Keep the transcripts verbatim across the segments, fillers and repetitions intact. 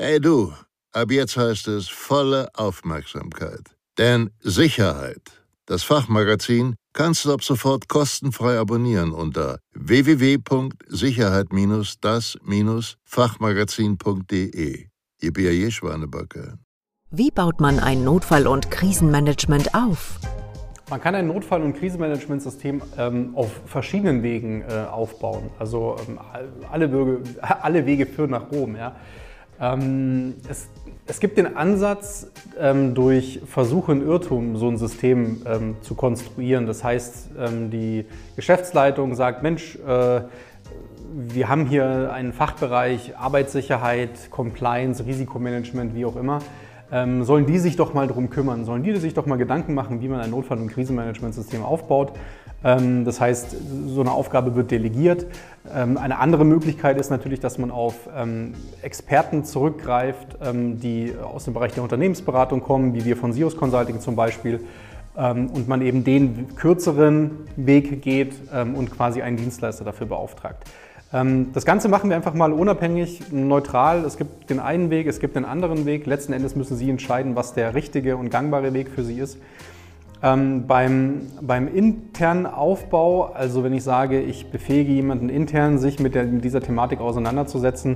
Hey du, ab jetzt heißt es volle Aufmerksamkeit. Denn Sicherheit, das Fachmagazin, kannst du ab sofort kostenfrei abonnieren unter w w w punkt sicherheit das Fachmagazin punkt de. Ihr B A J Schwanebacke. Wie baut man ein Notfall- und Krisenmanagement auf? Man kann ein Notfall- und Krisenmanagementsystem ähm, auf verschiedenen Wegen äh, aufbauen. Also ähm, alle, Wege, alle Wege führen nach Rom. Ja. Ähm, es, es gibt den Ansatz, ähm, durch Versuch und Irrtum so ein System ähm, zu konstruieren. Das heißt, ähm, die Geschäftsleitung sagt, Mensch, äh, wir haben hier einen Fachbereich Arbeitssicherheit, Compliance, Risikomanagement, wie auch immer. Ähm, sollen die sich doch mal darum kümmern, sollen die sich doch mal Gedanken machen, wie man ein Notfall- und Krisenmanagementsystem aufbaut. Ähm, das heißt, so eine Aufgabe wird delegiert. Ähm, eine andere Möglichkeit ist natürlich, dass man auf ähm, Experten zurückgreift, ähm, die aus dem Bereich der Unternehmensberatung kommen, wie wir von SIOS Consulting zum Beispiel, ähm, und man eben den kürzeren Weg geht ähm, und quasi einen Dienstleister dafür beauftragt. Das Ganze machen wir einfach mal unabhängig, neutral. Es gibt den einen Weg, es gibt den anderen Weg. Letzten Endes müssen Sie entscheiden, was der richtige und gangbare Weg für Sie ist. Ähm, beim, beim internen Aufbau, also wenn ich sage, ich befähige jemanden intern, sich mit, der, mit dieser Thematik auseinanderzusetzen,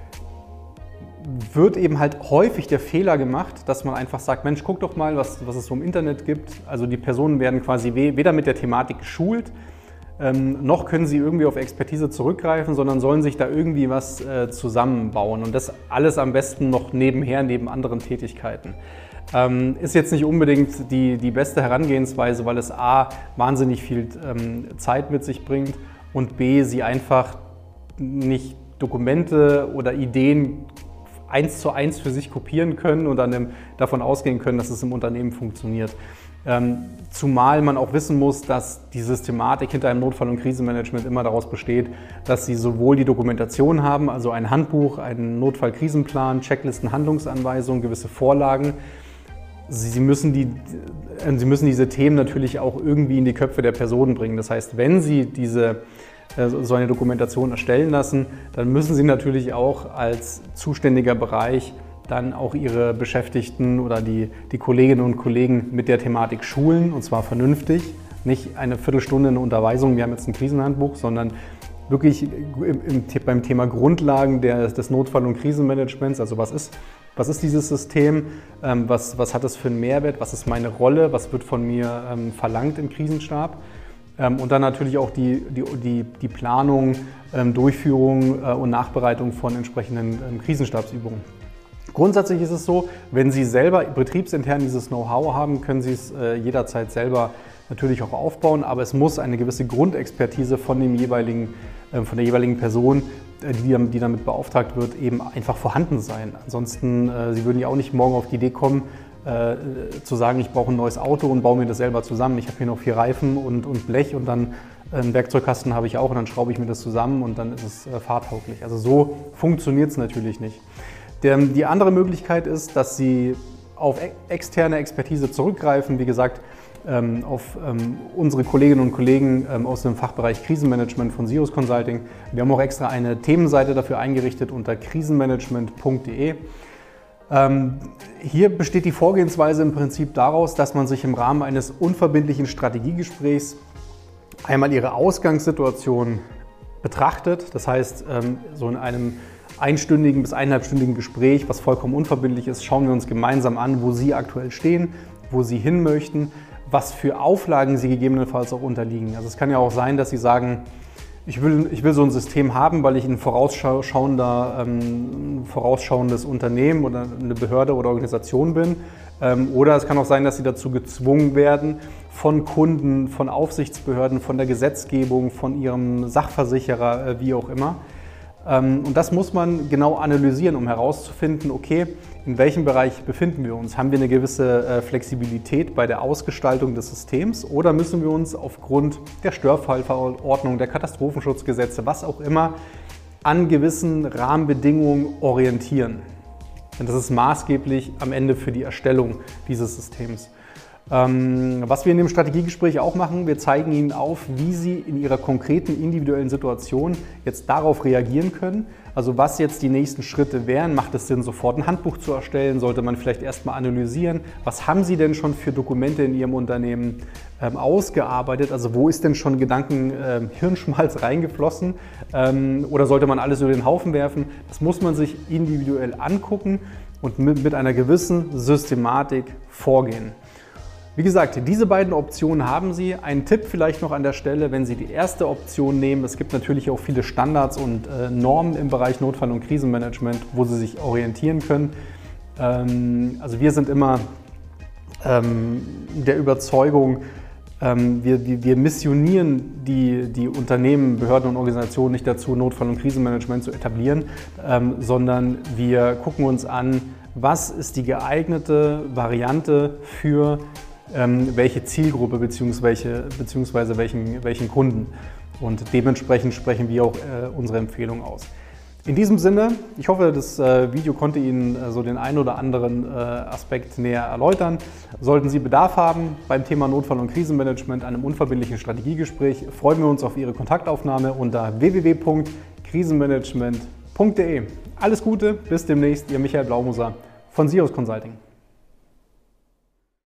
wird eben halt häufig der Fehler gemacht, dass man einfach sagt, Mensch, guck doch mal, was, was es so im Internet gibt. Also die Personen werden quasi weder mit der Thematik geschult, Ähm, noch können sie irgendwie auf Expertise zurückgreifen, sondern sollen sich da irgendwie was äh, zusammenbauen und das alles am besten noch nebenher, neben anderen Tätigkeiten. Ähm, ist jetzt nicht unbedingt die, die beste Herangehensweise, weil es a. wahnsinnig viel ähm, Zeit mit sich bringt und b. sie einfach nicht Dokumente oder Ideen eins zu eins für sich kopieren können und dann davon ausgehen können, dass es im Unternehmen funktioniert. Ähm, zumal man auch wissen muss, dass die Systematik hinter einem Notfall- und Krisenmanagement immer daraus besteht, dass sie sowohl die Dokumentation haben, also ein Handbuch, einen Notfall-Krisenplan, Checklisten, Handlungsanweisungen, gewisse Vorlagen. Sie, sie, müssen die, äh, sie müssen diese Themen natürlich auch irgendwie in die Köpfe der Personen bringen. Das heißt, wenn Sie diese, äh, so eine Dokumentation erstellen lassen, dann müssen Sie natürlich auch als zuständiger Bereich dann auch Ihre Beschäftigten oder die, die Kolleginnen und Kollegen mit der Thematik schulen, und zwar vernünftig. Nicht eine Viertelstunde eine Unterweisung, wir haben jetzt ein Krisenhandbuch, sondern wirklich im, im, beim Thema Grundlagen der, des Notfall- und Krisenmanagements, also was ist, was ist dieses System, ähm, was, was hat es für einen Mehrwert, was ist meine Rolle, was wird von mir ähm, verlangt im Krisenstab. Ähm, und dann natürlich auch die, die, die, die Planung, ähm, Durchführung äh, und Nachbereitung von entsprechenden ähm, Krisenstabsübungen. Grundsätzlich ist es so, wenn Sie selber betriebsintern dieses Know-how haben, können Sie es äh, jederzeit selber natürlich auch aufbauen, aber es muss eine gewisse Grundexpertise von, dem jeweiligen, äh, von der jeweiligen Person, äh, die, die damit beauftragt wird, eben einfach vorhanden sein. Ansonsten, äh, Sie würden ja auch nicht morgen auf die Idee kommen, äh, zu sagen, ich brauche ein neues Auto und baue mir das selber zusammen. Ich habe hier noch vier Reifen und, und Blech und dann einen Werkzeugkasten habe ich auch und dann schraube ich mir das zusammen und dann ist es äh, fahrtauglich. Also so funktioniert es natürlich nicht. Die andere Möglichkeit ist, dass Sie auf externe Expertise zurückgreifen, wie gesagt, auf unsere Kolleginnen und Kollegen aus dem Fachbereich Krisenmanagement von SIOS Consulting. Wir haben auch extra eine Themenseite dafür eingerichtet unter krisenmanagement punkt de. Hier besteht die Vorgehensweise im Prinzip daraus, dass man sich im Rahmen eines unverbindlichen Strategiegesprächs einmal Ihre Ausgangssituation betrachtet. Das heißt, so in einem einstündigen bis eineinhalbstündigen Gespräch, was vollkommen unverbindlich ist, schauen wir uns gemeinsam an, wo Sie aktuell stehen, wo Sie hin möchten, was für Auflagen Sie gegebenenfalls auch unterliegen. Also es kann ja auch sein, dass Sie sagen, ich will, ich will so ein System haben, weil ich ein vorausschauender, ähm, vorausschauendes Unternehmen oder eine Behörde oder Organisation bin. Ähm, oder es kann auch sein, dass Sie dazu gezwungen werden, von Kunden, von Aufsichtsbehörden, von der Gesetzgebung, von Ihrem Sachversicherer, äh, wie auch immer. Und das muss man genau analysieren, um herauszufinden, okay, in welchem Bereich befinden wir uns? Haben wir eine gewisse Flexibilität bei der Ausgestaltung des Systems oder müssen wir uns aufgrund der Störfallverordnung, der Katastrophenschutzgesetze, was auch immer, an gewissen Rahmenbedingungen orientieren? Denn das ist maßgeblich am Ende für die Erstellung dieses Systems. Ähm, was wir in dem Strategiegespräch auch machen, wir zeigen Ihnen auf, wie Sie in Ihrer konkreten individuellen Situation jetzt darauf reagieren können. Also was jetzt die nächsten Schritte wären. Macht es Sinn, sofort ein Handbuch zu erstellen? Sollte man vielleicht erstmal analysieren? Was haben Sie denn schon für Dokumente in Ihrem Unternehmen ähm, ausgearbeitet? Also wo ist denn schon Gedanken, ähm, Hirnschmalz reingeflossen? Ähm, oder sollte man alles über den Haufen werfen? Das muss man sich individuell angucken und mit, mit einer gewissen Systematik vorgehen. Wie gesagt, diese beiden Optionen haben Sie. Ein Tipp vielleicht noch an der Stelle, wenn Sie die erste Option nehmen. Es gibt natürlich auch viele Standards und äh, Normen im Bereich Notfall- und Krisenmanagement, wo Sie sich orientieren können. Ähm, also wir sind immer ähm, der Überzeugung, ähm, wir, wir, wir missionieren die, die Unternehmen, Behörden und Organisationen nicht dazu, Notfall- und Krisenmanagement zu etablieren, ähm, sondern wir gucken uns an, was ist die geeignete Variante für Ähm, welche Zielgruppe bzw. beziehungsweise welchen, welchen Kunden. Und dementsprechend sprechen wir auch äh, unsere Empfehlung aus. In diesem Sinne, ich hoffe, das äh, Video konnte Ihnen äh, so den einen oder anderen äh, Aspekt näher erläutern. Sollten Sie Bedarf haben beim Thema Notfall- und Krisenmanagement, einem unverbindlichen Strategiegespräch, freuen wir uns auf Ihre Kontaktaufnahme unter w w w punkt krisenmanagement punkt de. Alles Gute, bis demnächst, Ihr Michael Blaumoser von Sios Consulting.